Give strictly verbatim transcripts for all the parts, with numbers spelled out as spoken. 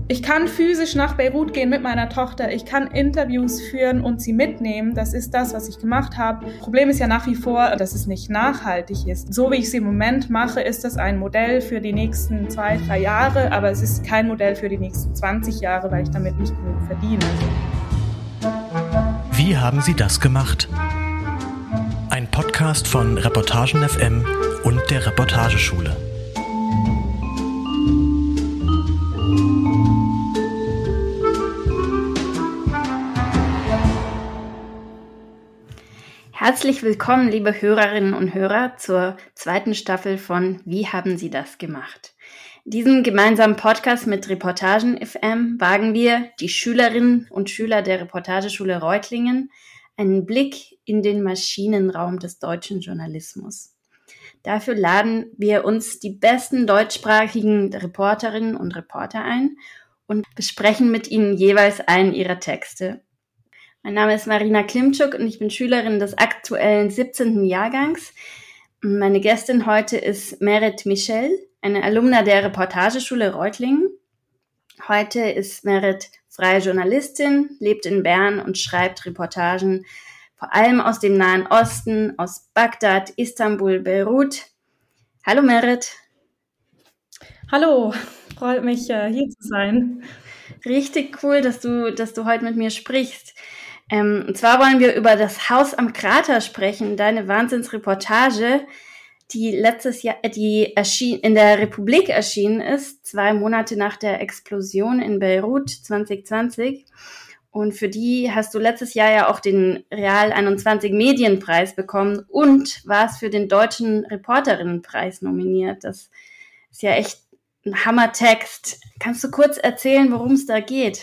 Ich kann physisch nach Beirut gehen mit meiner Tochter, ich kann Interviews führen und sie mitnehmen. Das ist das, was ich gemacht habe. Problem ist ja nach wie vor, dass es nicht nachhaltig ist. So wie ich es im Moment mache, ist das ein Modell für die nächsten zwei, drei Jahre, aber es ist kein Modell für die nächsten zwanzig Jahre, weil ich damit nicht genug verdiene. Wie haben Sie das gemacht? Ein Podcast von Reportagen F M und der Reportageschule. Herzlich willkommen, liebe Hörerinnen und Hörer, zur zweiten Staffel von Wie haben Sie das gemacht? In diesem gemeinsamen Podcast mit Reportagen F M wagen wir, die Schülerinnen und Schüler der Reportageschule Reutlingen, einen Blick in den Maschinenraum des deutschen Journalismus. Dafür laden wir uns die besten deutschsprachigen Reporterinnen und Reporter ein und besprechen mit ihnen jeweils einen ihrer Texte. Mein Name ist Marina Klimczuk und ich bin Schülerin des aktuellen siebzehnten Jahrgangs. Meine Gästin heute ist Meret Michel, eine Alumna der Reportageschule Reutlingen. Heute ist Meret freie Journalistin, lebt in Bern und schreibt Reportagen, vor allem aus dem Nahen Osten, aus Bagdad, Istanbul, Beirut. Hallo Meret. Hallo, freut mich, hier zu sein. Richtig cool, dass du, dass du heute mit mir sprichst. Ähm, und zwar wollen wir über das Haus am Krater sprechen, deine Wahnsinnsreportage, die letztes Jahr, die erschien, in der Republik erschienen ist, zwei Monate nach der Explosion in Beirut zwanzig zwanzig. Und für die hast du letztes Jahr ja auch den Real einundzwanzig Medienpreis bekommen und warst für den Deutschen Reporterinnenpreis nominiert. Das ist ja echt ein Hammertext. Kannst du kurz erzählen, worum es da geht?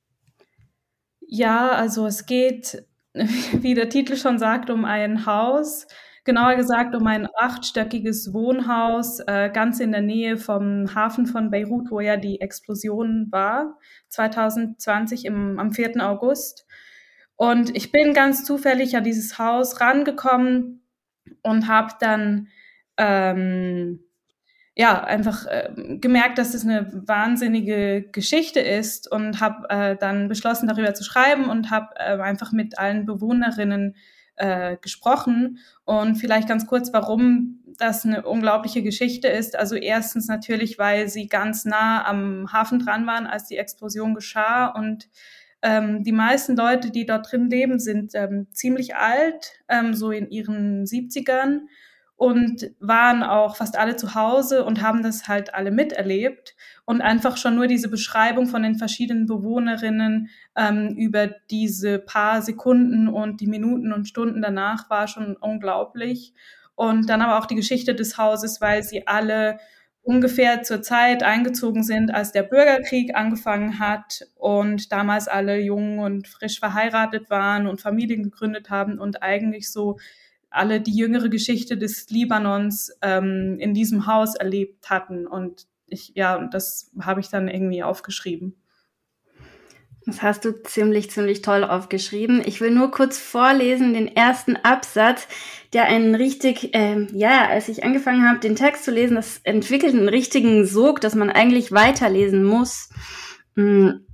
Ja, also es geht, wie der Titel schon sagt, um ein Haus, genauer gesagt um ein achtstöckiges Wohnhaus, äh, ganz in der Nähe vom Hafen von Beirut, wo ja die Explosion war, zwanzig zwanzig im, am vierten August. Und ich bin ganz zufällig an dieses Haus rangekommen und habe dann ähm, ja, einfach äh, gemerkt, dass es eine wahnsinnige Geschichte ist und habe äh, dann beschlossen, darüber zu schreiben und habe äh, einfach mit allen Bewohnerinnen äh, gesprochen. Und vielleicht ganz kurz, warum das eine unglaubliche Geschichte ist. Also erstens natürlich, weil sie ganz nah am Hafen dran waren, als die Explosion geschah. Und ähm, die meisten Leute, die dort drin leben, sind ähm, ziemlich alt, ähm, so in ihren siebzigern. Und waren auch fast alle zu Hause und haben das halt alle miterlebt. Und einfach schon nur diese Beschreibung von den verschiedenen Bewohnerinnen ähm, über diese paar Sekunden und die Minuten und Stunden danach war schon unglaublich. Und dann aber auch die Geschichte des Hauses, weil sie alle ungefähr zur Zeit eingezogen sind, als der Bürgerkrieg angefangen hat und damals alle jung und frisch verheiratet waren und Familien gegründet haben und eigentlich so alle die jüngere Geschichte des Libanons ähm, in diesem Haus erlebt hatten. Und ich, ja, das habe ich dann irgendwie aufgeschrieben. Das hast du ziemlich, ziemlich toll aufgeschrieben. Ich will nur kurz vorlesen, den ersten Absatz, der einen richtig, äh, ja, als ich angefangen habe, den Text zu lesen, das entwickelt einen richtigen Sog, dass man eigentlich weiterlesen muss. Hm.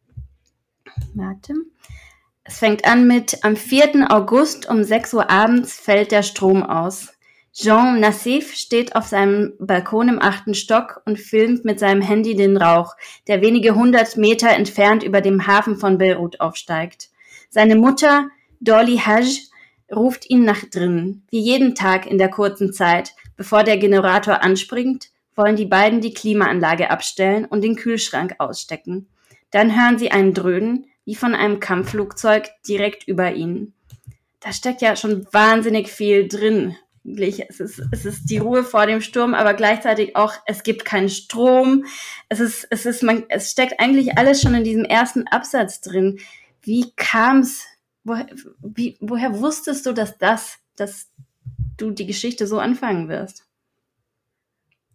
Warte. Es fängt an mit: Am vierten August um sechs Uhr abends fällt der Strom aus. Jean Nassif steht auf seinem Balkon im achten Stock und filmt mit seinem Handy den Rauch, der wenige hundert Meter entfernt über dem Hafen von Beirut aufsteigt. Seine Mutter, Dolly Haj, ruft ihn nach drinnen. Wie jeden Tag in der kurzen Zeit, bevor der Generator anspringt, wollen die beiden die Klimaanlage abstellen und den Kühlschrank ausstecken. Dann hören sie einen Dröhnen, wie von einem Kampfflugzeug direkt über ihnen. Da steckt ja schon wahnsinnig viel drin. Es ist, es ist die Ruhe vor dem Sturm, aber gleichzeitig auch, es gibt keinen Strom. Es ist, es ist, man, es steckt eigentlich alles schon in diesem ersten Absatz drin. Wie kam's? Woher, wie, woher wusstest du, dass das, dass du die Geschichte so anfangen wirst?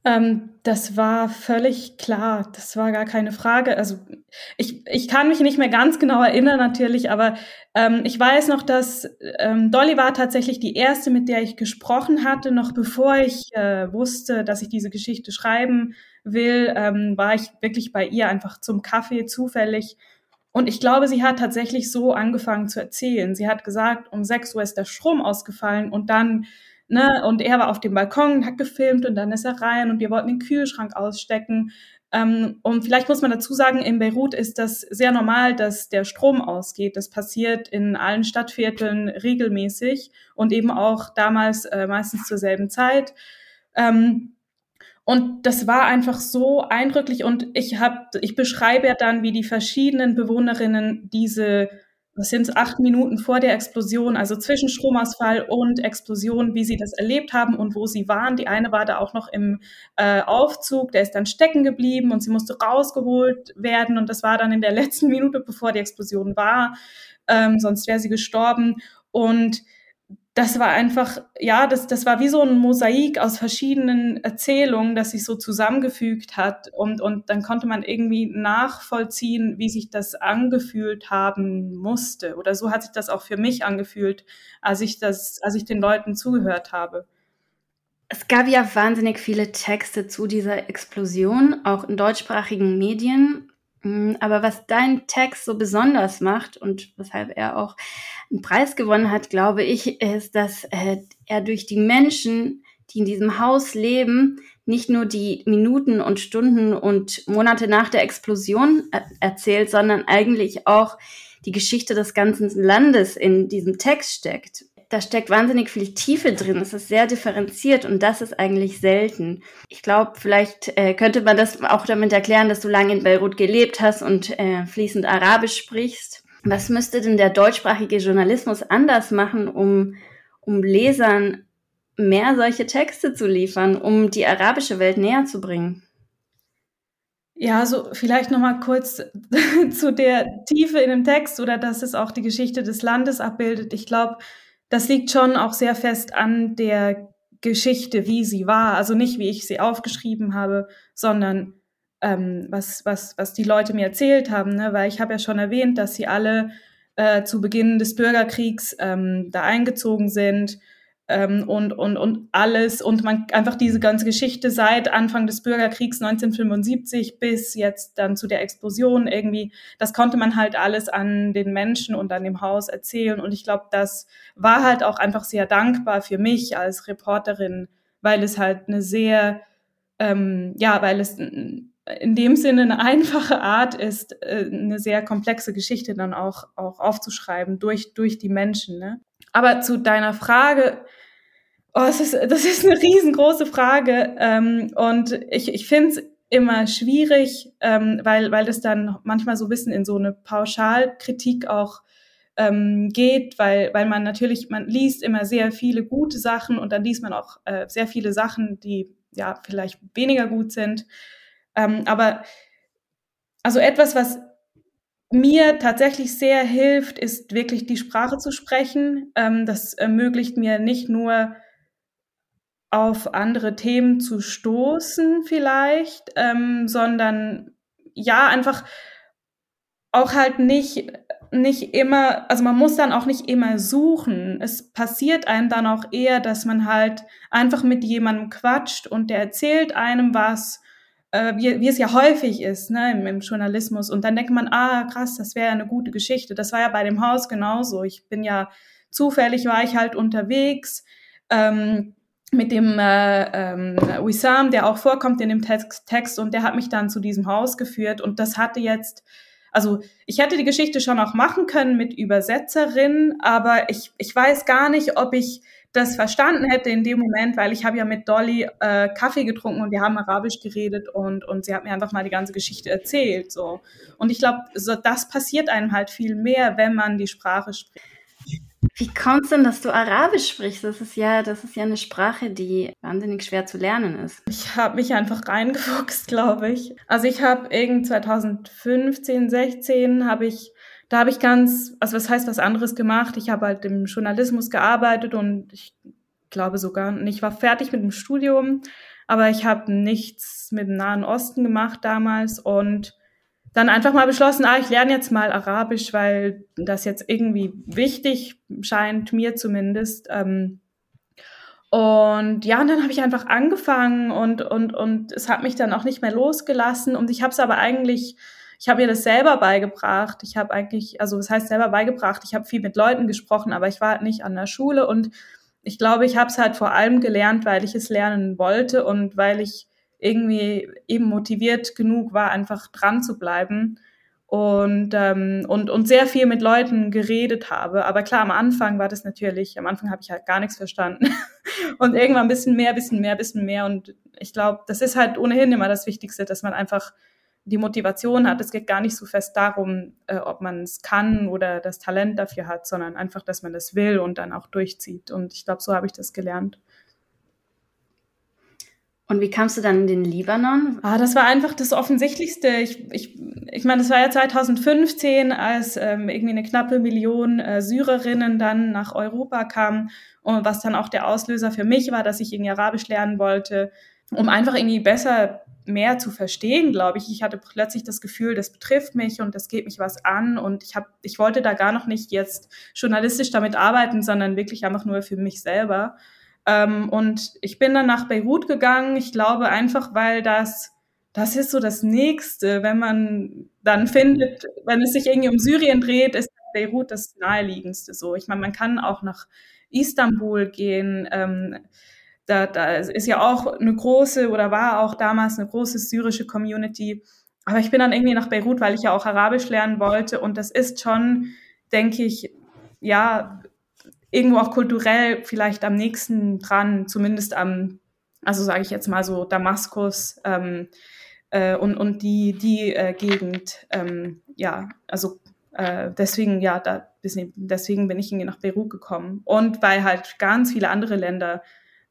Ähm, das war völlig klar. Das war gar keine Frage. Also ich, ich kann mich nicht mehr ganz genau erinnern natürlich, aber ähm, ich weiß noch, dass ähm, Dolly war tatsächlich die erste, mit der ich gesprochen hatte, noch bevor ich äh, wusste, dass ich diese Geschichte schreiben will, ähm, war ich wirklich bei ihr einfach zum Kaffee zufällig. Und ich glaube, sie hat tatsächlich so angefangen zu erzählen. Sie hat gesagt, um sechs Uhr ist der Strom ausgefallen und dann, ne, und er war auf dem Balkon, hat gefilmt und dann ist er rein und wir wollten den Kühlschrank ausstecken. Ähm, und vielleicht muss man dazu sagen, in Beirut ist das sehr normal, dass der Strom ausgeht. Das passiert in allen Stadtvierteln regelmäßig und eben auch damals äh, meistens zur selben Zeit. Ähm, Und das war einfach so eindrücklich und ich habe, ich beschreibe ja dann, wie die verschiedenen Bewohnerinnen diese, was sind es, acht Minuten vor der Explosion, also zwischen Stromausfall und Explosion, wie sie das erlebt haben und wo sie waren. Die eine war da auch noch im äh, Aufzug, der ist dann stecken geblieben und sie musste rausgeholt werden und das war dann in der letzten Minute, bevor die Explosion war, ähm, sonst wäre sie gestorben. Und das war einfach, ja, das, das war wie so ein Mosaik aus verschiedenen Erzählungen, das sich so zusammengefügt hat. Und, und dann konnte man irgendwie nachvollziehen, wie sich das angefühlt haben musste. Oder so hat sich das auch für mich angefühlt, als ich das, als ich den Leuten zugehört habe. Es gab ja wahnsinnig viele Texte zu dieser Explosion, auch in deutschsprachigen Medien. Aber was dein Text so besonders macht und weshalb er auch einen Preis gewonnen hat, glaube ich, ist, dass äh, er durch die Menschen, die in diesem Haus leben, nicht nur die Minuten und Stunden und Monate nach der Explosion er- erzählt, sondern eigentlich auch die Geschichte des ganzen Landes in diesem Text steckt. Da steckt wahnsinnig viel Tiefe drin. Es ist sehr differenziert und das ist eigentlich selten. Ich glaube, vielleicht äh, könnte man das auch damit erklären, dass du lange in Beirut gelebt hast und äh, fließend Arabisch sprichst. Was müsste denn der deutschsprachige Journalismus anders machen, um, um Lesern mehr solche Texte zu liefern, um die arabische Welt näher zu bringen? Ja, so vielleicht noch mal kurz zu der Tiefe in dem Text oder dass es auch die Geschichte des Landes abbildet. Ich glaube, das liegt schon auch sehr fest an der Geschichte, wie sie war. Also nicht, wie ich sie aufgeschrieben habe, sondern ähm, was, was, was die Leute mir erzählt haben. Ne? Weil ich habe ja schon erwähnt, dass sie alle äh, zu Beginn des Bürgerkriegs ähm, da eingezogen sind. Ähm, und, und, und alles und man einfach diese ganze Geschichte seit Anfang des Bürgerkriegs neunzehnhundertfünfundsiebzig bis jetzt dann zu der Explosion irgendwie, das konnte man halt alles an den Menschen und an dem Haus erzählen und ich glaube, das war halt auch einfach sehr dankbar für mich als Reporterin, weil es halt eine sehr, ähm, ja, weil es in dem Sinne eine einfache Art ist, eine sehr komplexe Geschichte dann auch, auch aufzuschreiben durch, durch die Menschen, ne? Aber zu deiner Frage, oh, es ist, das ist eine riesengroße Frage ähm, und ich, ich finde es immer schwierig, ähm, weil, weil es dann manchmal so ein bisschen in so eine Pauschalkritik auch ähm, geht, weil, weil man natürlich, man liest immer sehr viele gute Sachen und dann liest man auch äh, sehr viele Sachen, die ja vielleicht weniger gut sind. Ähm, aber also etwas, was mir tatsächlich sehr hilft, ist wirklich die Sprache zu sprechen. Ähm, das ermöglicht mir nicht nur auf andere Themen zu stoßen vielleicht, ähm, sondern ja, einfach auch halt nicht, nicht immer, also man muss dann auch nicht immer suchen. Es passiert einem dann auch eher, dass man halt einfach mit jemandem quatscht und der erzählt einem was, äh, wie, wie es ja häufig ist, ne, im, im Journalismus. Und dann denkt man, ah, krass, das wäre ja eine gute Geschichte. Das war ja bei dem Haus genauso. Ich bin ja, zufällig war ich halt unterwegs, ähm, mit dem äh, ähm, Wissam, der auch vorkommt in dem Text, Text und der hat mich dann zu diesem Haus geführt und das hatte jetzt, also ich hätte die Geschichte schon auch machen können mit Übersetzerin, aber ich, ich weiß gar nicht, ob ich das verstanden hätte in dem Moment, weil ich habe ja mit Dolly äh, Kaffee getrunken und wir haben Arabisch geredet und, und sie hat mir einfach mal die ganze Geschichte erzählt. So. Und ich glaube, so, das passiert einem halt viel mehr, wenn man die Sprache spricht. Wie kommt es denn, dass du Arabisch sprichst? Das ist ja, das ist ja eine Sprache, die wahnsinnig schwer zu lernen ist. Ich habe mich einfach reingefuchst, glaube ich. Also ich habe irgend zwanzig fünfzehn, sechzehn habe ich, da habe ich ganz, also was heißt was anderes gemacht. Ich habe halt im Journalismus gearbeitet und ich glaube sogar, ich war fertig mit dem Studium, aber ich habe nichts mit dem Nahen Osten gemacht damals und dann einfach mal beschlossen, ah, ich lerne jetzt mal Arabisch, weil das jetzt irgendwie wichtig scheint, mir zumindest. Ähm, und ja, und dann habe ich einfach angefangen und, und, und es hat mich dann auch nicht mehr losgelassen. Und ich habe es aber eigentlich, ich habe mir das selber beigebracht. Ich habe eigentlich, also was heißt selber beigebracht? Ich habe viel mit Leuten gesprochen, aber ich war halt nicht an der Schule. Und ich glaube, ich habe es halt vor allem gelernt, weil ich es lernen wollte und weil ich irgendwie eben motiviert genug war, einfach dran zu bleiben. Und, ähm, und, und sehr viel mit Leuten geredet habe. Aber klar, am Anfang war das natürlich, am Anfang habe ich halt gar nichts verstanden. Und irgendwann ein bisschen mehr, bisschen mehr, bisschen mehr. Und ich glaube, das ist halt ohnehin immer das Wichtigste, dass man einfach die Motivation hat. Es geht gar nicht so fest darum, äh, ob man es kann oder das Talent dafür hat, sondern einfach, dass man das will und dann auch durchzieht. Und ich glaube, so habe ich das gelernt. Und wie kamst du dann in den Libanon? Ah, das war einfach das Offensichtlichste. Ich, ich, ich meine, das war ja zwanzig fünfzehn, als ähm, irgendwie eine knappe Million äh, Syrerinnen dann nach Europa kamen und was dann auch der Auslöser für mich war, dass ich irgendwie Arabisch lernen wollte, um einfach irgendwie besser mehr zu verstehen, glaube ich. Ich hatte plötzlich das Gefühl, das betrifft mich und das geht mich was an und ich hab, ich wollte da gar noch nicht jetzt journalistisch damit arbeiten, sondern wirklich einfach nur für mich selber. Ähm, und ich bin dann nach Beirut gegangen, ich glaube einfach, weil das, das ist so das Nächste, wenn man dann findet, wenn es sich irgendwie um Syrien dreht, ist Beirut das Naheliegendste so. Ich meine, man kann auch nach Istanbul gehen, ähm, da, da ist ja auch eine große oder war auch damals eine große syrische Community, aber ich bin dann irgendwie nach Beirut, weil ich ja auch Arabisch lernen wollte und das ist schon, denke ich, ja, irgendwo auch kulturell vielleicht am nächsten dran, zumindest am, also sage ich jetzt mal so Damaskus ähm, äh, und, und die, die äh, Gegend, ähm, ja, also äh, deswegen, ja, da, deswegen bin ich irgendwie nach Beirut gekommen und weil halt ganz viele andere Länder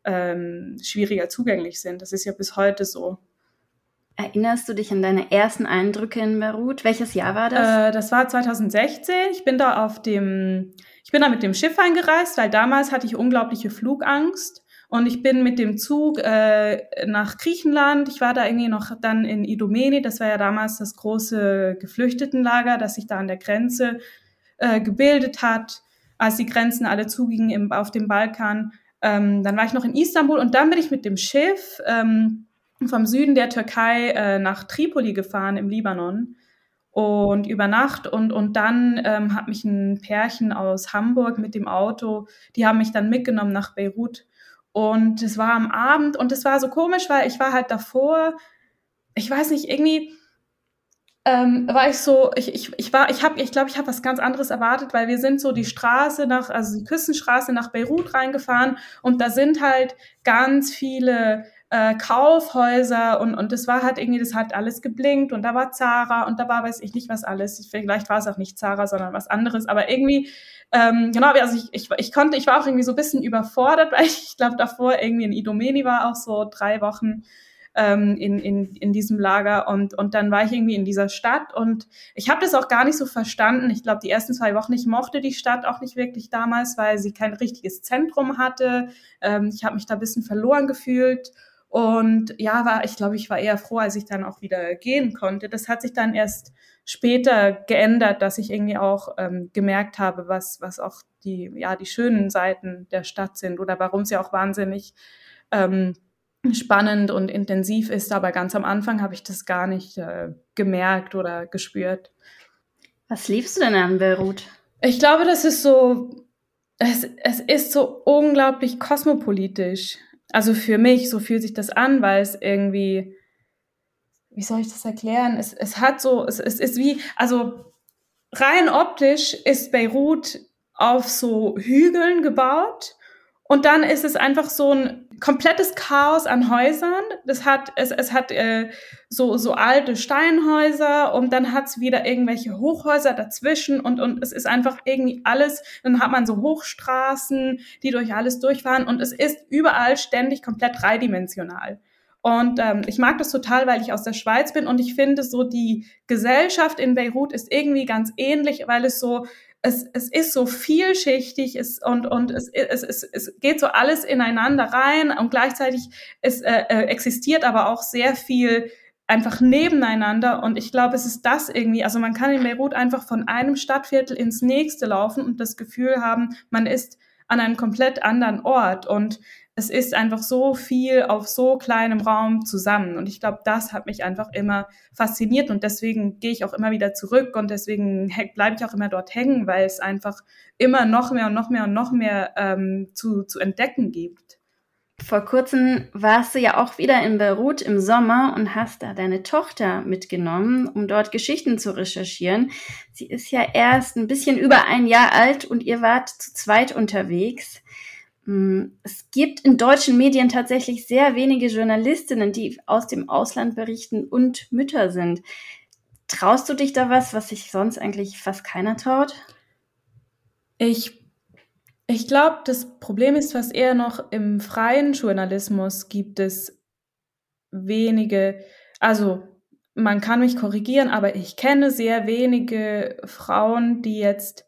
ähm, schwieriger zugänglich sind. Das ist ja bis heute so. Erinnerst du dich an deine ersten Eindrücke in Beirut? Welches Jahr war das? Äh, das war zwanzig sechzehn. Ich bin da auf dem, ich bin da mit dem Schiff eingereist, weil damals hatte ich unglaubliche Flugangst und ich bin mit dem Zug äh, nach Griechenland. Ich war da irgendwie noch dann in Idomeni. Das war ja damals das große Geflüchtetenlager, das sich da an der Grenze äh, gebildet hat, als die Grenzen alle zugingen im, auf dem Balkan. Ähm, dann war ich noch in Istanbul und dann bin ich mit dem Schiff ähm, vom Süden der Türkei äh, nach Tripoli gefahren im Libanon und über Nacht und, und dann ähm, hat mich ein Pärchen aus Hamburg mit dem Auto, die haben mich dann mitgenommen nach Beirut und es war am Abend und es war so komisch, weil ich war halt davor, ich weiß nicht, irgendwie ähm, war ich so, ich, ich, ich war, ich habe, ich glaube, ich habe was ganz anderes erwartet, weil wir sind so die Straße nach, also die Küstenstraße nach Beirut reingefahren und da sind halt ganz viele Äh, Kaufhäuser und und das war halt irgendwie, das hat alles geblinkt und da war Zara und da war weiß ich nicht was alles. Vielleicht war es auch nicht Zara, sondern was anderes, aber irgendwie, ähm, genau, also ich, ich, ich konnte, ich war auch irgendwie so ein bisschen überfordert, weil ich, ich glaube davor irgendwie in Idomeni war auch so drei Wochen ähm, in, in, in diesem Lager und, und dann war ich irgendwie in dieser Stadt und ich habe das auch gar nicht so verstanden. Ich glaube, die ersten zwei Wochen, ich mochte die Stadt auch nicht wirklich damals, weil sie kein richtiges Zentrum hatte. Ähm, ich habe mich da ein bisschen verloren gefühlt. Und ja, war, ich glaube, ich war eher froh, als ich dann auch wieder gehen konnte. Das hat sich dann erst später geändert, dass ich irgendwie auch ähm, gemerkt habe, was, was auch die, ja, die schönen Seiten der Stadt sind oder warum sie auch wahnsinnig ähm, spannend und intensiv ist. Aber ganz am Anfang habe ich das gar nicht äh, gemerkt oder gespürt. Was liebst du denn an Beirut? Ich glaube, das ist so, es, es ist so unglaublich kosmopolitisch. Also für mich, so fühlt sich das an, weil es irgendwie, wie soll ich das erklären? Es, es hat so, es, es ist wie, also rein optisch ist Beirut auf so Hügeln gebaut und dann ist es einfach so ein komplettes Chaos an Häusern. Das hat, es, es hat äh, so, so alte Steinhäuser und dann hat es wieder irgendwelche Hochhäuser dazwischen und, und es ist einfach irgendwie alles, dann hat man so Hochstraßen, die durch alles durchfahren und es ist überall ständig komplett dreidimensional. Und ähm, ich mag das total, weil ich aus der Schweiz bin und ich finde so, die Gesellschaft in Beirut ist irgendwie ganz ähnlich, weil es so es, es ist so vielschichtig es, und, und es, es, es, es geht so alles ineinander rein und gleichzeitig es, äh, existiert aber auch sehr viel einfach nebeneinander und ich glaube, es ist das irgendwie, also man kann in Beirut einfach von einem Stadtviertel ins nächste laufen und das Gefühl haben, man ist an einem komplett anderen Ort und es ist einfach so viel auf so kleinem Raum zusammen und ich glaube, das hat mich einfach immer fasziniert und deswegen gehe ich auch immer wieder zurück und deswegen bleibe ich auch immer dort hängen, weil es einfach immer noch mehr und noch mehr und noch mehr ähm, zu, zu entdecken gibt. Vor kurzem warst du ja auch wieder in Beirut im Sommer und hast da deine Tochter mitgenommen, um dort Geschichten zu recherchieren. Sie ist ja erst ein bisschen über ein Jahr alt und ihr wart zu zweit unterwegs. Es gibt in deutschen Medien tatsächlich sehr wenige Journalistinnen, die aus dem Ausland berichten und Mütter sind. Traust du dich da was, was sich sonst eigentlich fast keiner traut? Ich Ich glaube, das Problem ist fast eher noch im freien Journalismus gibt es wenige, also man kann mich korrigieren, aber ich kenne sehr wenige Frauen, die jetzt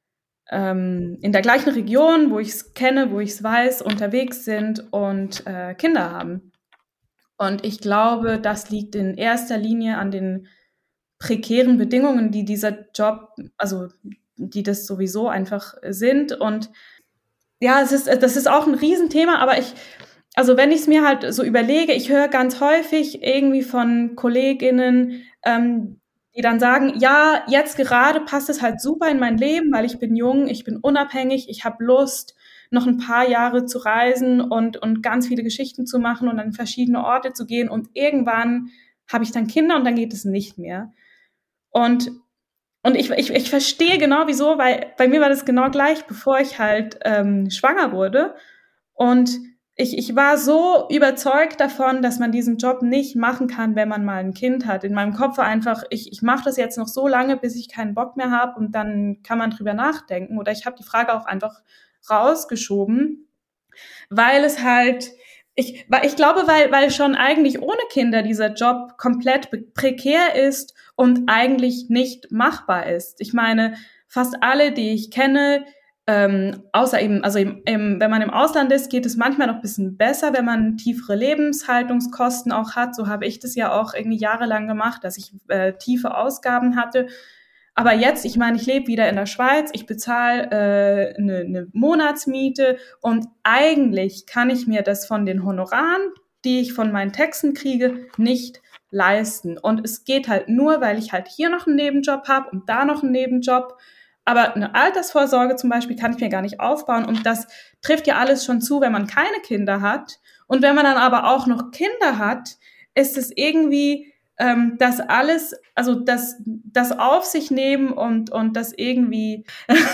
ähm, in der gleichen Region, wo ich es kenne, wo ich es weiß, unterwegs sind und äh, Kinder haben. Und ich glaube, das liegt in erster Linie an den prekären Bedingungen, die dieser Job, also die das sowieso einfach sind. Und ja, es ist, das ist auch ein Riesenthema, aber ich, also wenn ich es mir halt so überlege, ich höre ganz häufig irgendwie von KollegInnen, ähm, die dann sagen, ja, jetzt gerade passt es halt super in mein Leben, weil ich bin jung, ich bin unabhängig, ich habe Lust, noch ein paar Jahre zu reisen und, und ganz viele Geschichten zu machen und an verschiedene Orte zu gehen und irgendwann habe ich dann Kinder und dann geht es nicht mehr. Und Und ich, ich, ich verstehe genau wieso, weil bei mir war das genau gleich, bevor ich halt ähm, schwanger wurde. Und ich, ich war so überzeugt davon, dass man diesen Job nicht machen kann, wenn man mal ein Kind hat. In meinem Kopf war einfach, ich, ich mache das jetzt noch so lange, bis ich keinen Bock mehr habe und dann kann man drüber nachdenken. Oder ich habe die Frage auch einfach rausgeschoben, weil es halt, ich, weil ich glaube, weil, weil schon eigentlich ohne Kinder dieser Job komplett prekär ist und eigentlich nicht machbar ist. Ich meine, fast alle, die ich kenne, ähm, außer eben, also im, im, wenn man im Ausland ist, geht es manchmal noch ein bisschen besser, wenn man tiefere Lebenshaltungskosten auch hat. So habe ich das ja auch irgendwie jahrelang gemacht, dass ich äh, tiefe Ausgaben hatte. Aber jetzt, ich meine, ich lebe wieder in der Schweiz, ich bezahle äh, eine, eine Monatsmiete und eigentlich kann ich mir das von den Honoraren, die ich von meinen Texten kriege, nicht leisten. Und es geht halt nur, weil ich halt hier noch einen Nebenjob habe und da noch einen Nebenjob. Aber eine Altersvorsorge zum Beispiel kann ich mir gar nicht aufbauen. Und das trifft ja alles schon zu, wenn man keine Kinder hat. Und wenn man dann aber auch noch Kinder hat, ist es irgendwie ähm, das alles, also das, das auf sich nehmen und, und das irgendwie,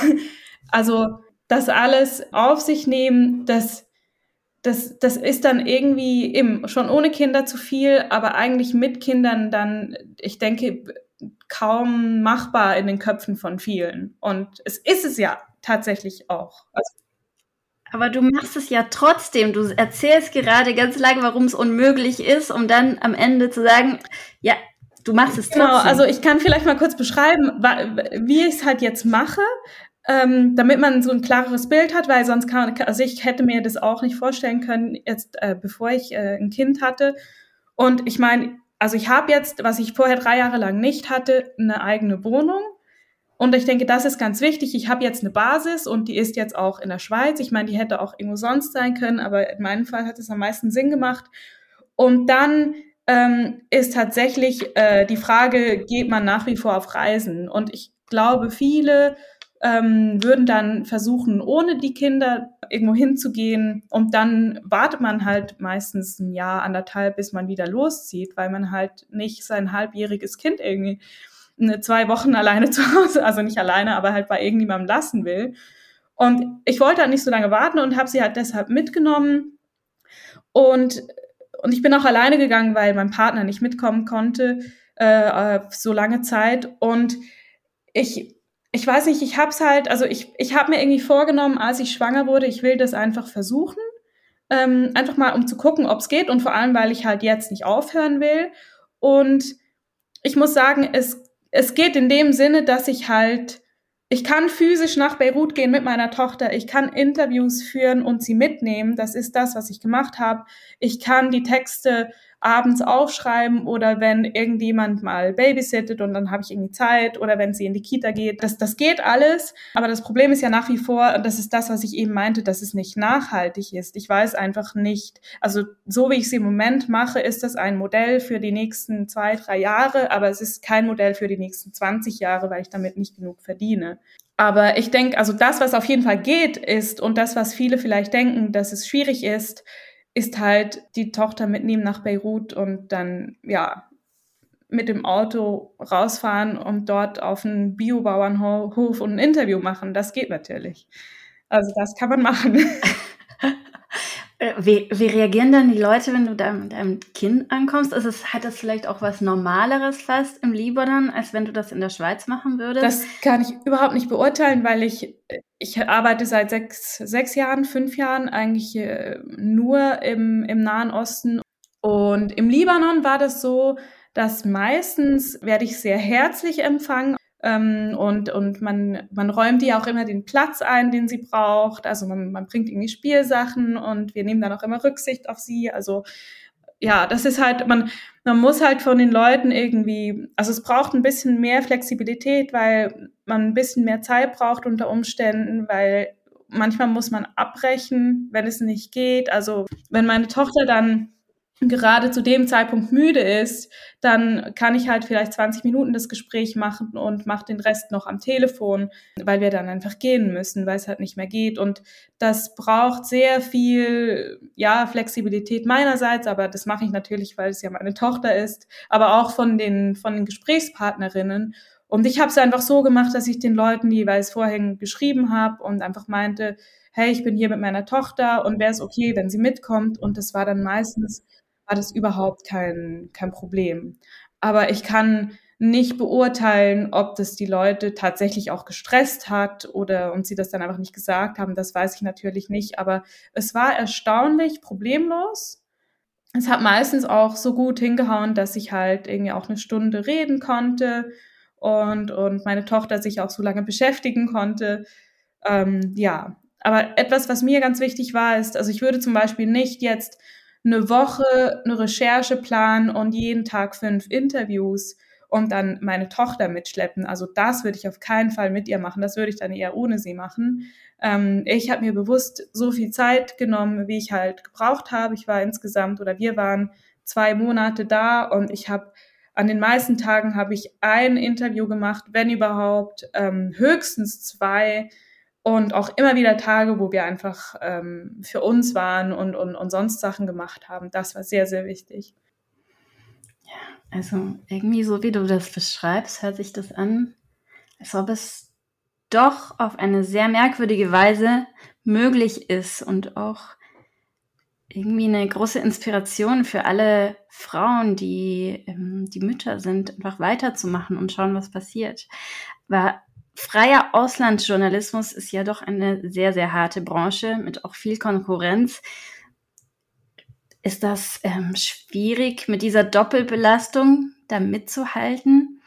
also das alles auf sich nehmen, das Das, das ist dann irgendwie eben schon ohne Kinder zu viel, aber eigentlich mit Kindern dann, ich denke, kaum machbar in den Köpfen von vielen. Und es ist es ja tatsächlich auch. Also, aber du machst es ja trotzdem. Du erzählst gerade ganz lange, warum es unmöglich ist, um dann am Ende zu sagen, ja, du machst es trotzdem. Genau, also ich kann vielleicht mal kurz beschreiben, wie ich es halt jetzt mache. Ähm, damit man so ein klareres Bild hat, weil sonst kann man, also ich hätte mir das auch nicht vorstellen können, jetzt äh, bevor ich äh, ein Kind hatte. Und ich meine, also ich habe jetzt, was ich vorher drei Jahre lang nicht hatte, eine eigene Wohnung. Und ich denke, das ist ganz wichtig. Ich habe jetzt eine Basis und die ist jetzt auch in der Schweiz. Ich meine, die hätte auch irgendwo sonst sein können, aber in meinem Fall hat es am meisten Sinn gemacht. Und dann ähm, ist tatsächlich äh, die Frage, geht man nach wie vor auf Reisen? Und ich glaube, viele Ähm, würden dann versuchen, ohne die Kinder irgendwo hinzugehen und dann wartet man halt meistens ein Jahr, anderthalb, bis man wieder loszieht, weil man halt nicht sein halbjähriges Kind irgendwie eine, zwei Wochen alleine zu Hause, also nicht alleine, aber halt bei irgendjemandem lassen will. Und ich wollte halt nicht so lange warten und habe sie halt deshalb mitgenommen und, und ich bin auch alleine gegangen, weil mein Partner nicht mitkommen konnte, äh, so lange Zeit und ich Ich weiß nicht, ich hab's halt, also ich, ich habe mir irgendwie vorgenommen, als ich schwanger wurde, ich will das einfach versuchen, ähm, einfach mal um zu gucken, ob es geht und vor allem, weil ich halt jetzt nicht aufhören will. Und ich muss sagen, es, es geht in dem Sinne, dass ich halt ich kann physisch nach Beirut gehen mit meiner Tochter, ich kann Interviews führen und sie mitnehmen, das ist das, was ich gemacht habe. Ich kann die Texte abends aufschreiben oder wenn irgendjemand mal babysittet und dann habe ich irgendwie Zeit oder wenn sie in die Kita geht. Das, das geht alles, aber das Problem ist ja nach wie vor, und das ist das, was ich eben meinte, dass es nicht nachhaltig ist. Ich weiß einfach nicht, also so wie ich es im Moment mache, ist das ein Modell für die nächsten zwei, drei Jahre, aber es ist kein Modell für die nächsten zwanzig Jahre, weil ich damit nicht genug verdiene. Aber ich denke, also das, was auf jeden Fall geht, ist, und das, was viele vielleicht denken, dass es schwierig ist, ist halt die Tochter mitnehmen nach Beirut und dann, ja, mit dem Auto rausfahren und dort auf einen Biobauernhof und ein Interview machen. Das geht natürlich. Also das kann man machen. Wie, wie reagieren dann die Leute, wenn du da mit deinem Kind ankommst? Ist es, hat das vielleicht auch was Normaleres fast im Libanon, als wenn du das in der Schweiz machen würdest? Das kann ich überhaupt nicht beurteilen, weil ich, ich arbeite seit sechs, sechs Jahren, fünf Jahren eigentlich äh, nur im, im Nahen Osten. Und im Libanon war das so, dass meistens werde ich sehr herzlich empfangen. Ähm, und und man man räumt ihr auch immer den Platz ein, den sie braucht. Also man, man bringt irgendwie Spielsachen und wir nehmen dann auch immer Rücksicht auf sie. Also ja, das ist halt, man man muss halt von den Leuten irgendwie, also es braucht ein bisschen mehr Flexibilität, weil man ein bisschen mehr Zeit braucht unter Umständen, weil manchmal muss man abbrechen, wenn es nicht geht. Also wenn meine Tochter dann gerade zu dem Zeitpunkt müde ist, dann kann ich halt vielleicht zwanzig Minuten das Gespräch machen und mache den Rest noch am Telefon, weil wir dann einfach gehen müssen, weil es halt nicht mehr geht. Und das braucht sehr viel, ja, Flexibilität meinerseits, aber das mache ich natürlich, weil es ja meine Tochter ist, aber auch von den, von den Gesprächspartnerinnen. Und ich habe es einfach so gemacht, dass ich den Leuten jeweils vorher geschrieben habe und einfach meinte, hey, ich bin hier mit meiner Tochter und wäre es okay, wenn sie mitkommt? Und das war dann meistens, war das überhaupt kein, kein Problem. Aber ich kann nicht beurteilen, ob das die Leute tatsächlich auch gestresst hat oder und sie das dann einfach nicht gesagt haben. Das weiß ich natürlich nicht. Aber es war erstaunlich problemlos. Es hat meistens auch so gut hingehauen, dass ich halt irgendwie auch eine Stunde reden konnte und, und meine Tochter sich auch so lange beschäftigen konnte. Ähm, ja, aber etwas, was mir ganz wichtig war, ist, also ich würde zum Beispiel nicht jetzt eine Woche eine Recherche planen und jeden Tag fünf Interviews und dann meine Tochter mitschleppen. Also das würde ich auf keinen Fall mit ihr machen. Das würde ich dann eher ohne sie machen. Ähm, ich habe mir bewusst so viel Zeit genommen, wie ich halt gebraucht habe. Ich war insgesamt oder wir waren zwei Monate da und ich habe an den meisten Tagen habe ich ein Interview gemacht, wenn überhaupt, ähm, höchstens zwei. Und auch immer wieder Tage, wo wir einfach ähm, für uns waren und, und, und sonst Sachen gemacht haben. Das war sehr, sehr wichtig. Ja, also irgendwie so wie du das beschreibst, hört sich das an, als ob es doch auf eine sehr merkwürdige Weise möglich ist und auch irgendwie eine große Inspiration für alle Frauen, die ähm, die Mütter sind, einfach weiterzumachen und schauen, was passiert. Aber freier Auslandsjournalismus ist ja doch eine sehr, sehr harte Branche mit auch viel Konkurrenz. Ist das ähm, schwierig, mit dieser Doppelbelastung da mitzuhalten?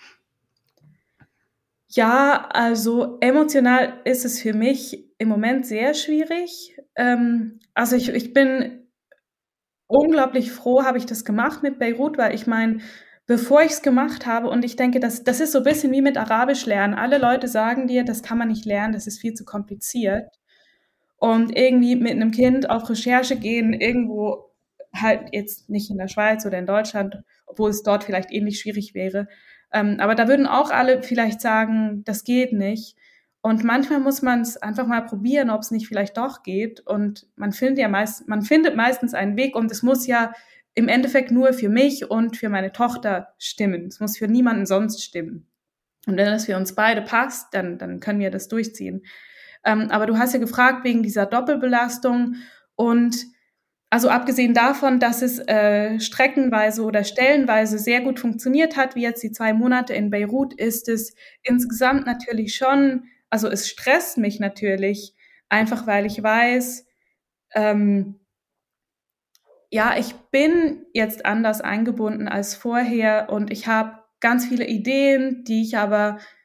Ja, also emotional ist es für mich im Moment sehr schwierig. Ähm, also ich, ich bin unglaublich froh, habe ich das gemacht mit Beirut, weil ich meine, bevor ich es gemacht habe, und ich denke, das, das ist so ein bisschen wie mit Arabisch lernen. Alle Leute sagen dir, das kann man nicht lernen, das ist viel zu kompliziert. Und irgendwie mit einem Kind auf Recherche gehen, irgendwo halt jetzt nicht in der Schweiz oder in Deutschland, obwohl es dort vielleicht ähnlich schwierig wäre. Ähm, aber da würden auch alle vielleicht sagen, das geht nicht. Und manchmal muss man es einfach mal probieren, ob es nicht vielleicht doch geht. Und man findet ja meist, man findet meistens einen Weg und es muss ja im Endeffekt nur für mich und für meine Tochter stimmen. Es muss für niemanden sonst stimmen. Und wenn das für uns beide passt, dann, dann können wir das durchziehen. Ähm, aber du hast ja gefragt wegen dieser Doppelbelastung und also abgesehen davon, dass es äh, streckenweise oder stellenweise sehr gut funktioniert hat, wie jetzt die zwei Monate in Beirut, ist es insgesamt natürlich schon, also es stresst mich natürlich, einfach weil ich weiß, ähm, ja, ich bin jetzt anders eingebunden als vorher und ich habe ganz viele Ideen, die ich aber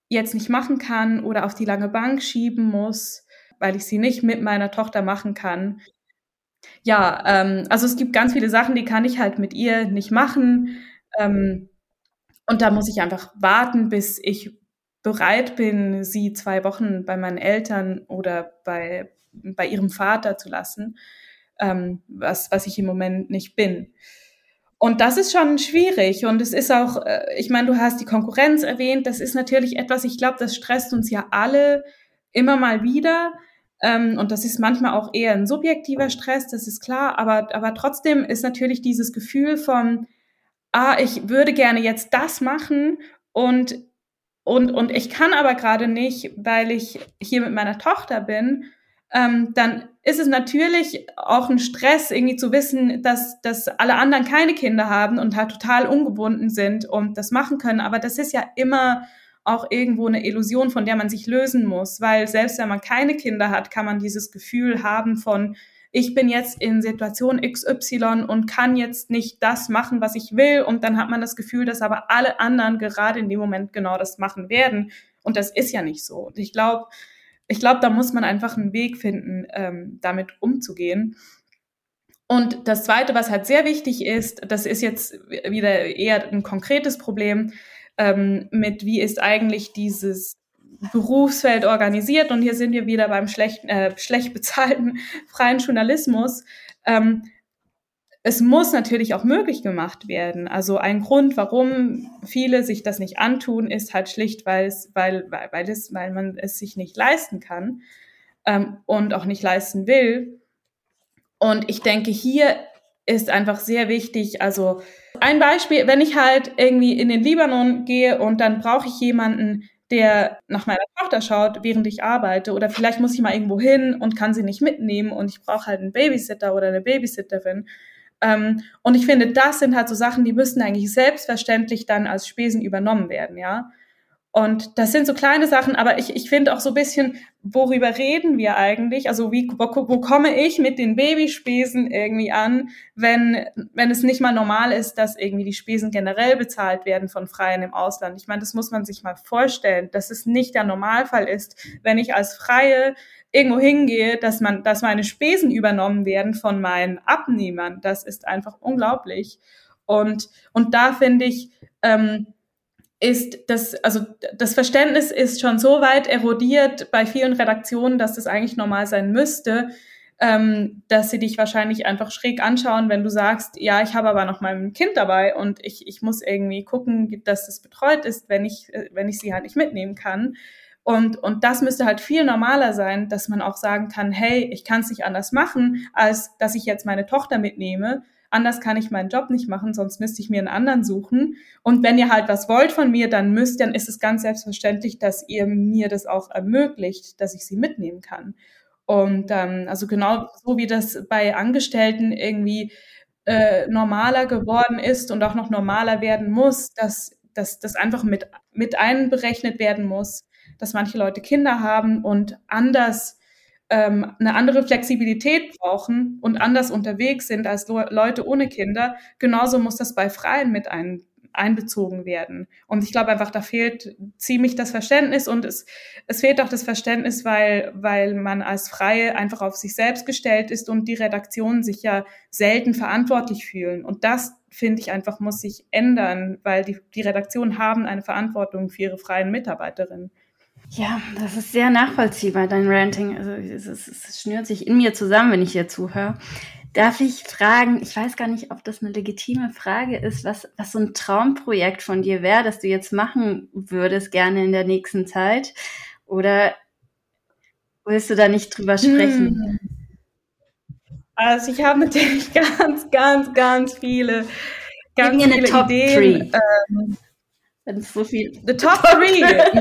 jetzt nicht machen kann oder auf die lange Bank schieben muss, weil ich sie nicht mit meiner Tochter machen kann. Ja, ähm, also es gibt ganz viele Sachen, die kann ich halt mit ihr nicht machen. Ähm, und da muss ich einfach warten, bis ich bereit bin, sie zwei Wochen bei meinen Eltern oder bei, bei ihrem Vater zu lassen, ähm, was, was ich im Moment nicht bin. Und das ist schon schwierig. Und es ist auch, äh, ich meine, du hast die Konkurrenz erwähnt. Das ist natürlich etwas, ich glaube, das stresst uns ja alle immer mal wieder. Ähm, und das ist manchmal auch eher ein subjektiver Stress, das ist klar. Aber, aber trotzdem ist natürlich dieses Gefühl von, ah, ich würde gerne jetzt das machen und, und, und ich kann aber gerade nicht, weil ich hier mit meiner Tochter bin. Ähm, dann ist es natürlich auch ein Stress, irgendwie zu wissen, dass, dass alle anderen keine Kinder haben und halt total ungebunden sind und das machen können. Aber das ist ja immer auch irgendwo eine Illusion, von der man sich lösen muss, weil selbst wenn man keine Kinder hat, kann man dieses Gefühl haben von, ich bin jetzt in Situation X Y und kann jetzt nicht das machen, was ich will. Und dann hat man das Gefühl, dass aber alle anderen gerade in dem Moment genau das machen werden. Und das ist ja nicht so. Und ich glaube, ich glaube, da muss man einfach einen Weg finden, ähm, damit umzugehen. Und das Zweite, was halt sehr wichtig ist, das ist jetzt wieder eher ein konkretes Problem, ähm, mit wie ist eigentlich dieses Berufsfeld organisiert. Und hier sind wir wieder beim schlecht, äh, schlecht bezahlten freien Journalismus. Ähm, es muss natürlich auch möglich gemacht werden. Also ein Grund, warum viele sich das nicht antun, ist halt schlicht, weil es, weil, weil, weil es, weil man es sich nicht leisten kann ähm, und auch nicht leisten will. Und ich denke, hier ist einfach sehr wichtig, also ein Beispiel, wenn ich halt irgendwie in den Libanon gehe und dann brauche ich jemanden, der nach meiner Tochter schaut, während ich arbeite, oder vielleicht muss ich mal irgendwo hin und kann sie nicht mitnehmen und ich brauche halt einen Babysitter oder eine Babysitterin. Ähm, und ich finde, das sind halt so Sachen, die müssen eigentlich selbstverständlich dann als Spesen übernommen werden, ja. Und das sind so kleine Sachen, aber ich, ich finde auch so ein bisschen, worüber reden wir eigentlich? Also wie, wo, wo komme ich mit den Babyspesen irgendwie an, wenn, wenn es nicht mal normal ist, dass irgendwie die Spesen generell bezahlt werden von Freien im Ausland? Ich meine, das muss man sich mal vorstellen, dass es nicht der Normalfall ist, wenn ich als Freie irgendwo hingehe, dass man, dass meine Spesen übernommen werden von meinen Abnehmern. Das ist einfach unglaublich. Und, und da finde ich, ähm, ist das, also das Verständnis ist schon so weit erodiert bei vielen Redaktionen, dass das eigentlich normal sein müsste, ähm, dass sie dich wahrscheinlich einfach schräg anschauen, wenn du sagst, ja, ich habe aber noch mein Kind dabei und ich, ich muss irgendwie gucken, dass es betreut ist, wenn ich, wenn ich sie halt nicht mitnehmen kann. Und, und das müsste halt viel normaler sein, dass man auch sagen kann, hey, ich kann es nicht anders machen, als dass ich jetzt meine Tochter mitnehme. Anders kann ich meinen Job nicht machen, sonst müsste ich mir einen anderen suchen. Und wenn ihr halt was wollt von mir, dann müsst, dann ist es ganz selbstverständlich, dass ihr mir das auch ermöglicht, dass ich sie mitnehmen kann. Und ähm, also genau so wie das bei Angestellten irgendwie äh, normaler geworden ist und auch noch normaler werden muss, dass dass das einfach mit mit einberechnet werden muss, dass manche Leute Kinder haben und anders ähm, eine andere Flexibilität brauchen und anders unterwegs sind als Le- Leute ohne Kinder. Genauso muss das bei Freien mit ein, einbezogen werden. Und ich glaube einfach, da fehlt ziemlich das Verständnis und es, es fehlt auch das Verständnis, weil, weil man als Freie einfach auf sich selbst gestellt ist und die Redaktionen sich ja selten verantwortlich fühlen. Und das, finde ich, einfach muss sich ändern, weil die, die Redaktionen haben eine Verantwortung für ihre freien Mitarbeiterinnen. Ja, das ist sehr nachvollziehbar, dein Ranting. Also es, es, es schnürt sich in mir zusammen, wenn ich dir zuhöre. Darf ich fragen, ich weiß gar nicht, ob das eine legitime Frage ist, was, was so ein Traumprojekt von dir wäre, das du jetzt machen würdest, gerne in der nächsten Zeit? Oder willst du da nicht drüber sprechen? Hm. Also ich habe natürlich ganz, ganz, ganz viele, ganz Gib mir viele eine Top Ideen. Three. Ähm, Wenn es so viel. The Top, Top Three.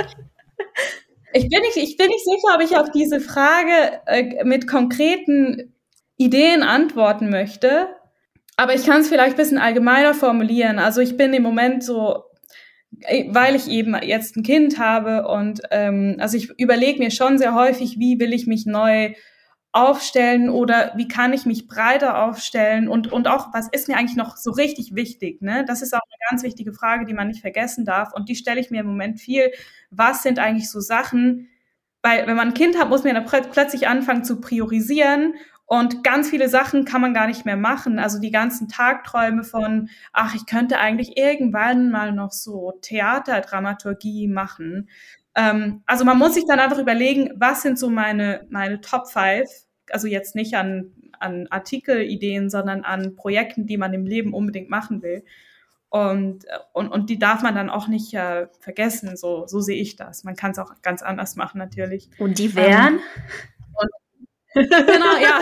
Ich bin nicht, ich bin nicht sicher, ob ich auf diese Frage äh, mit konkreten Ideen antworten möchte, aber ich kann es vielleicht ein bisschen allgemeiner formulieren. Also ich bin im Moment so, weil ich eben jetzt ein Kind habe und ähm, also ich überlege mir schon sehr häufig, wie will ich mich neu aufstellen oder wie kann ich mich breiter aufstellen und, und auch, was ist mir eigentlich noch so richtig wichtig, ne? Das ist auch eine ganz wichtige Frage, die man nicht vergessen darf und die stelle ich mir im Moment viel. Was sind eigentlich so Sachen, weil wenn man ein Kind hat, muss man dann plötzlich anfangen zu priorisieren und ganz viele Sachen kann man gar nicht mehr machen. Also die ganzen Tagträume von, ach, ich könnte eigentlich irgendwann mal noch so Theaterdramaturgie machen. Ähm, also man muss sich dann einfach überlegen, was sind so meine, meine Top Five, also jetzt nicht an, an Artikelideen, sondern an Projekten, die man im Leben unbedingt machen will. Und, und, und die darf man dann auch nicht äh, vergessen, so, so sehe ich das. Man kann es auch ganz anders machen, natürlich. Und die wären? Ähm, und, genau, ja.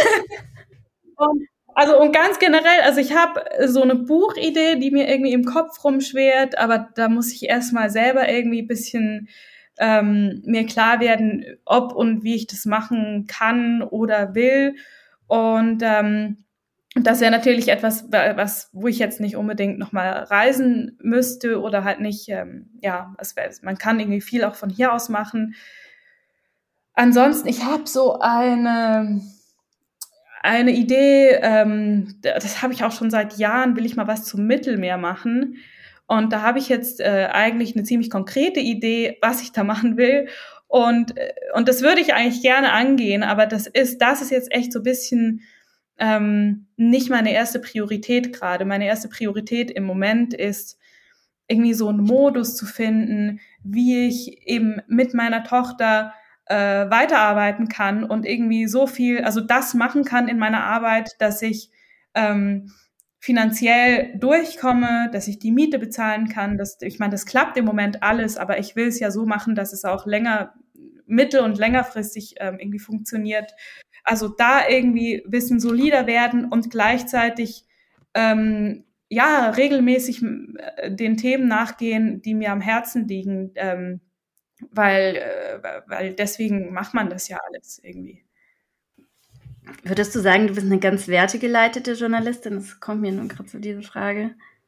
Und, also und ganz generell, also ich habe so eine Buchidee, die mir irgendwie im Kopf rumschwirrt, aber da muss ich erstmal selber irgendwie ein bisschen ähm, mir klar werden, ob und wie ich das machen kann oder will. Und ähm, das wäre natürlich etwas, was, wo ich jetzt nicht unbedingt nochmal reisen müsste oder halt nicht, ähm, ja, es wär, man kann irgendwie viel auch von hier aus machen. Ansonsten, ich habe so eine eine Idee, ähm, das habe ich auch schon seit Jahren, will ich mal was zum Mittelmeer machen. Und da habe ich jetzt äh, eigentlich eine ziemlich konkrete Idee, was ich da machen will. Und, und das würde ich eigentlich gerne angehen, aber das ist, das ist jetzt echt so ein bisschen ähm, nicht meine erste Priorität gerade. Meine erste Priorität im Moment ist, irgendwie so einen Modus zu finden, wie ich eben mit meiner Tochter äh, weiterarbeiten kann und irgendwie so viel, also das machen kann in meiner Arbeit, dass ich ähm, finanziell durchkomme, dass ich die Miete bezahlen kann. Dass, ich meine, das klappt im Moment alles, aber ich will es ja so machen, dass es auch länger, mittel- und längerfristig ähm, irgendwie funktioniert. Also da irgendwie ein bisschen solider werden und gleichzeitig ähm, ja regelmäßig den Themen nachgehen, die mir am Herzen liegen, ähm, weil, äh, weil deswegen macht man das ja alles irgendwie. Würdest du sagen, du bist eine ganz wertegeleitete Journalistin? Das kommt mir nun gerade zu diese Frage.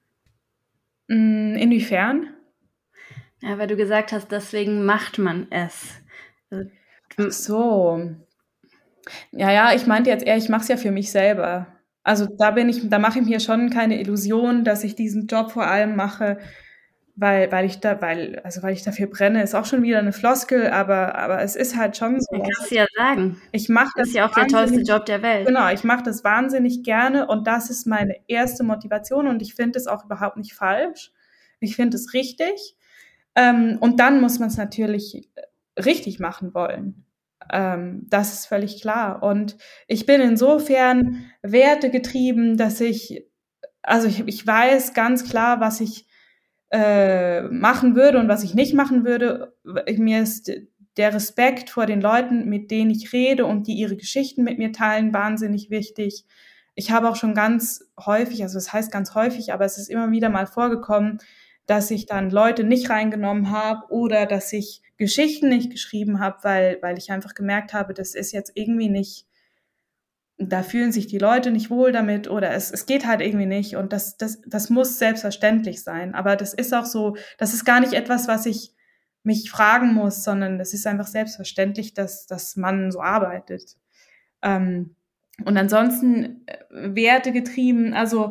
Inwiefern? Ja, weil du gesagt hast, deswegen macht man es. Also, Ach so. Ja, ja, ich meinte jetzt eher, ich mache es ja für mich selber. Also da bin ich, da mache ich mir schon keine Illusion, dass ich diesen Job vor allem mache, weil, weil ich da, weil, also weil ich dafür brenne, ist auch schon wieder eine Floskel, aber, aber es ist halt schon so. Das kannst du ja sagen. Ich mache das. Das ist ja auch der tollste Job der Welt. Genau, ich mache das wahnsinnig gerne und das ist meine erste Motivation und ich finde es auch überhaupt nicht falsch. Ich finde es richtig. Ähm, und dann muss man es natürlich richtig machen wollen. Ähm, das ist völlig klar. Und ich bin insofern wertegetrieben, dass ich, also ich, ich weiß ganz klar, was ich äh, machen würde und was ich nicht machen würde. Mir ist der Respekt vor den Leuten, mit denen ich rede und die ihre Geschichten mit mir teilen, wahnsinnig wichtig. Ich habe auch schon ganz häufig, also das heißt ganz häufig, aber es ist immer wieder mal vorgekommen, dass ich dann Leute nicht reingenommen habe oder dass ich Geschichten nicht geschrieben habe, weil, weil ich einfach gemerkt habe, das ist jetzt irgendwie nicht, da fühlen sich die Leute nicht wohl damit oder es, es geht halt irgendwie nicht und das, das, das muss selbstverständlich sein. Aber das ist auch so, das ist gar nicht etwas, was ich mich fragen muss, sondern es ist einfach selbstverständlich, dass, dass man so arbeitet. Ähm, und ansonsten wertegetrieben, also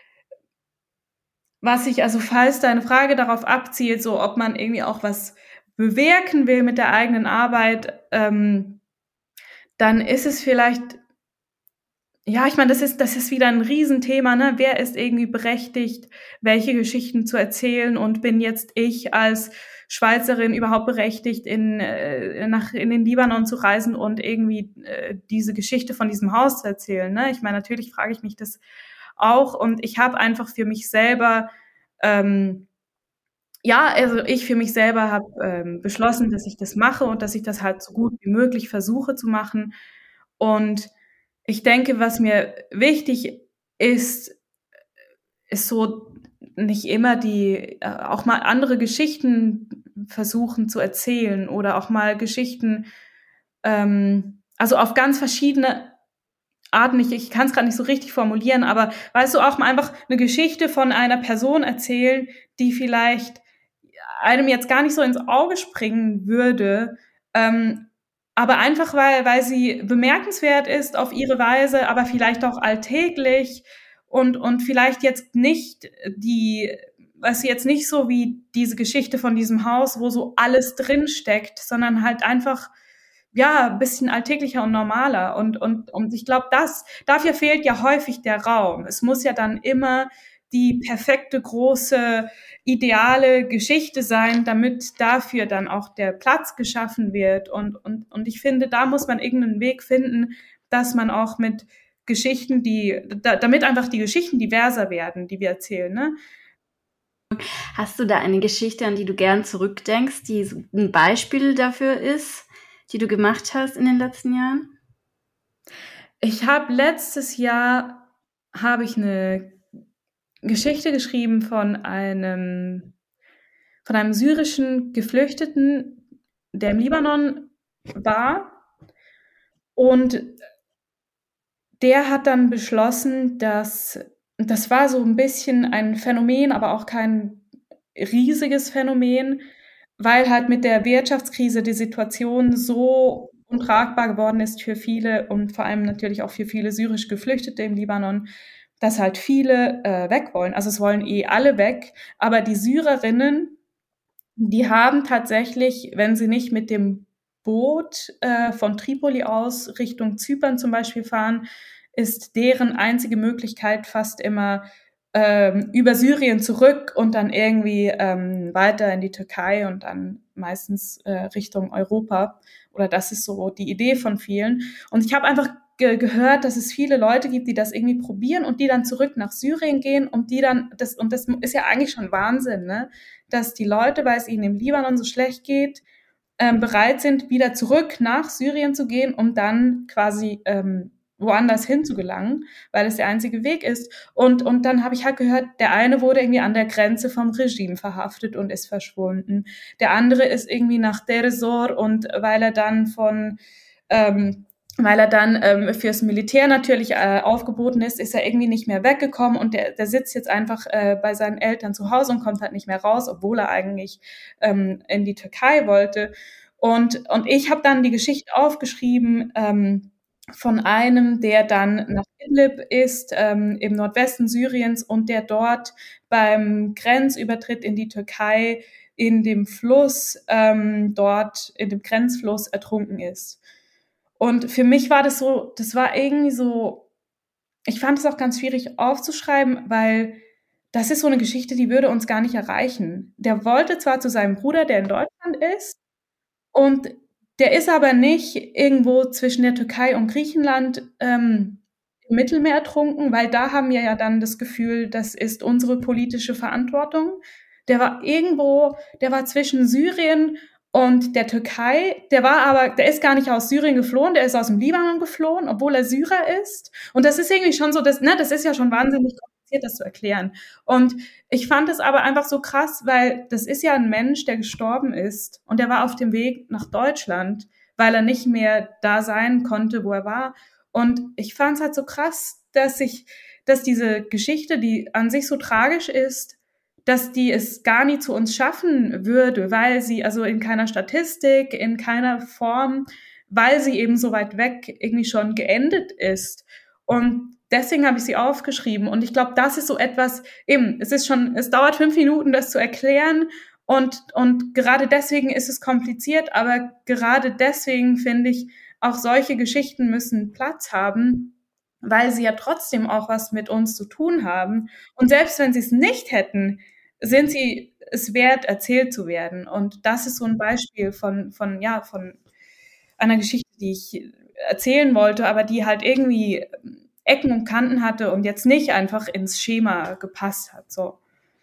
was ich, also falls deine Frage darauf abzielt, so ob man irgendwie auch was bewirken will mit der eigenen Arbeit, ähm, dann ist es vielleicht, ja, ich meine, das ist, das ist wieder ein Riesenthema, ne? Wer ist irgendwie berechtigt, welche Geschichten zu erzählen und bin jetzt ich als Schweizerin überhaupt berechtigt, in, äh, nach, in den Libanon zu reisen und irgendwie äh, diese Geschichte von diesem Haus zu erzählen, ne? Ich meine, natürlich frage ich mich das auch und ich habe einfach für mich selber, ähm, ja, also ich für mich selber habe ähm, beschlossen, dass ich das mache und dass ich das halt so gut wie möglich versuche zu machen. Und ich denke, was mir wichtig ist, ist so nicht immer die, äh, auch mal andere Geschichten versuchen zu erzählen oder auch mal Geschichten, ähm, also auf ganz verschiedene Arten, ich, ich kann es gerade nicht so richtig formulieren, aber weißt du, auch mal einfach eine Geschichte von einer Person erzählen, die vielleicht einem jetzt gar nicht so ins Auge springen würde, ähm, aber einfach, weil, weil sie bemerkenswert ist auf ihre Weise, aber vielleicht auch alltäglich und, und vielleicht jetzt nicht die, weißt du, jetzt nicht so wie diese Geschichte von diesem Haus, wo so alles drinsteckt, sondern halt einfach, ja, ein bisschen alltäglicher und normaler. Und, und, und ich glaube, das, dafür fehlt ja häufig der Raum. Es muss ja dann immer die perfekte, große, ideale Geschichte sein, damit dafür dann auch der Platz geschaffen wird. Und, und, und ich finde, da muss man irgendeinen Weg finden, dass man auch mit Geschichten, die, da, damit einfach die Geschichten diverser werden, die wir erzählen, ne? Hast du da eine Geschichte, an die du gern zurückdenkst, die ein Beispiel dafür ist, die du gemacht hast in den letzten Jahren? Ich habe letztes Jahr habe ich eine Geschichte geschrieben von einem von einem syrischen Geflüchteten, der im Libanon war, und der hat dann beschlossen, dass das war so ein bisschen ein Phänomen, aber auch kein riesiges Phänomen, weil halt mit der Wirtschaftskrise die Situation so untragbar geworden ist für viele und vor allem natürlich auch für viele syrische Geflüchtete im Libanon, dass halt viele äh, weg wollen. Also es wollen eh alle weg, aber die Syrerinnen, die haben tatsächlich, wenn sie nicht mit dem Boot äh, von Tripoli aus Richtung Zypern zum Beispiel fahren, ist deren einzige Möglichkeit fast immer ähm, über Syrien zurück und dann irgendwie ähm, weiter in die Türkei und dann meistens äh, Richtung Europa. Oder das ist so die Idee von vielen. Und ich habe einfach ge- gehört, dass es viele Leute gibt, die das irgendwie probieren und die dann zurück nach Syrien gehen und die dann, das, und das ist ja eigentlich schon Wahnsinn, ne? Dass die Leute, weil es ihnen im Libanon so schlecht geht, ähm, bereit sind, wieder zurück nach Syrien zu gehen, um dann quasi ähm, woanders hinzugelangen, weil es der einzige Weg ist. Und, und dann habe ich halt gehört, der eine wurde irgendwie an der Grenze vom Regime verhaftet und ist verschwunden. Der andere ist irgendwie nach Deir ez-Zor und weil er dann von, ähm, weil er dann ähm, fürs Militär natürlich äh, aufgeboten ist, ist er irgendwie nicht mehr weggekommen und der, der sitzt jetzt einfach äh, bei seinen Eltern zu Hause und kommt halt nicht mehr raus, obwohl er eigentlich ähm, in die Türkei wollte. Und, und ich habe dann die Geschichte aufgeschrieben, ähm, von einem, der dann nach Idlib ist, ähm, im Nordwesten Syriens und der dort beim Grenzübertritt in die Türkei in dem Fluss, ähm, dort in dem Grenzfluss ertrunken ist. Und für mich war das so, das war irgendwie so, ich fand es auch ganz schwierig aufzuschreiben, weil das ist so eine Geschichte, die würde uns gar nicht erreichen. Der wollte zwar zu seinem Bruder, der in Deutschland ist, und der ist aber nicht irgendwo zwischen der Türkei und Griechenland ähm, im Mittelmeer ertrunken, weil da haben wir ja dann das Gefühl, das ist unsere politische Verantwortung. Der war irgendwo, der war zwischen Syrien und der Türkei. Der war aber, der ist gar nicht aus Syrien geflohen, der ist aus dem Libanon geflohen, obwohl er Syrer ist. Und das ist irgendwie schon so, das, ne, das ist ja schon wahnsinnig kompliziert, das zu erklären. Und ich fand es aber einfach so krass, weil das ist ja ein Mensch, der gestorben ist und der war auf dem Weg nach Deutschland, weil er nicht mehr da sein konnte, wo er war. Und ich fand es halt so krass, dass ich, dass diese Geschichte, die an sich so tragisch ist, dass die es gar nie zu uns schaffen würde, weil sie, also in keiner Statistik, in keiner Form, weil sie eben so weit weg irgendwie schon geendet ist. Und deswegen habe ich sie aufgeschrieben. Und ich glaube, das ist so etwas, eben, es ist schon, es dauert fünf Minuten, das zu erklären. Und, und gerade deswegen ist es kompliziert, aber gerade deswegen finde ich, auch solche Geschichten müssen Platz haben, weil sie ja trotzdem auch was mit uns zu tun haben. Und selbst wenn sie es nicht hätten, sind sie es wert, erzählt zu werden. Und das ist so ein Beispiel von, von, ja, von einer Geschichte, die ich erzählen wollte, aber die halt irgendwie Ecken und Kanten hatte und jetzt nicht einfach ins Schema gepasst hat, so.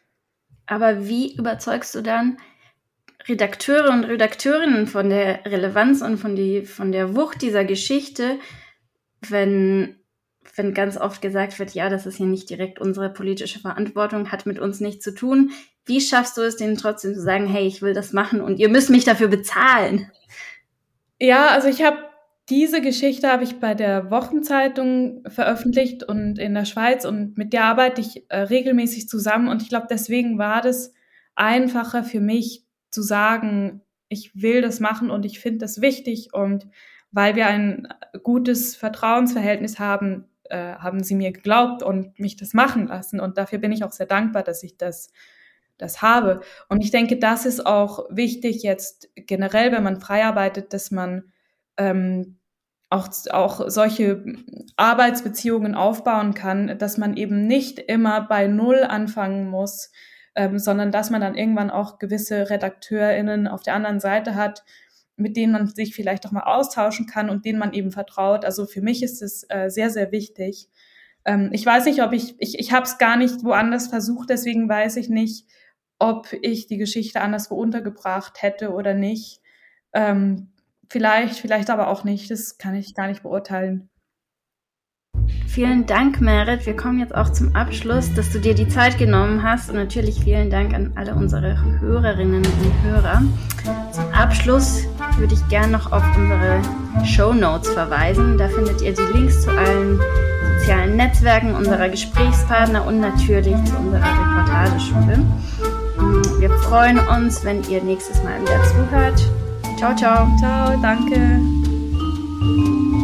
Aber wie überzeugst du dann Redakteure und Redakteurinnen von der Relevanz und von, die, von der Wucht dieser Geschichte, wenn, wenn ganz oft gesagt wird, ja, das ist hier nicht direkt unsere politische Verantwortung, hat mit uns nichts zu tun. Wie schaffst du es, denen trotzdem zu sagen, hey, ich will das machen und ihr müsst mich dafür bezahlen? Ja, also ich habe diese Geschichte habe ich bei der Wochenzeitung veröffentlicht und in der Schweiz und mit der arbeite ich äh, regelmäßig zusammen und ich glaube, deswegen war das einfacher für mich zu sagen, ich will das machen und ich finde das wichtig und weil wir ein gutes Vertrauensverhältnis haben, äh, haben sie mir geglaubt und mich das machen lassen und dafür bin ich auch sehr dankbar, dass ich das, das habe. Und ich denke, das ist auch wichtig jetzt generell, wenn man frei arbeitet, dass man ähm, auch, auch solche Arbeitsbeziehungen aufbauen kann, dass man eben nicht immer bei Null anfangen muss, ähm, sondern dass man dann irgendwann auch gewisse RedakteurInnen auf der anderen Seite hat, mit denen man sich vielleicht auch mal austauschen kann und denen man eben vertraut. Also für mich ist es äh, sehr, sehr wichtig. Ähm, ich weiß nicht, ob ich, ich, ich habe es gar nicht woanders versucht, deswegen weiß ich nicht, ob ich die Geschichte anderswo untergebracht hätte oder nicht. Ähm, Vielleicht, vielleicht aber auch nicht. Das kann ich gar nicht beurteilen. Vielen Dank, Merit. Wir kommen jetzt auch zum Abschluss, dass du dir die Zeit genommen hast. Und natürlich vielen Dank an alle unsere Hörerinnen und Hörer. Zum Abschluss würde ich gerne noch auf unsere Shownotes verweisen. Da findet ihr die Links zu allen sozialen Netzwerken unserer Gesprächspartner und natürlich zu unserer Reportageschule. Wir freuen uns, wenn ihr nächstes Mal wieder zuhört. Ciao, ciao. Ciao, danke.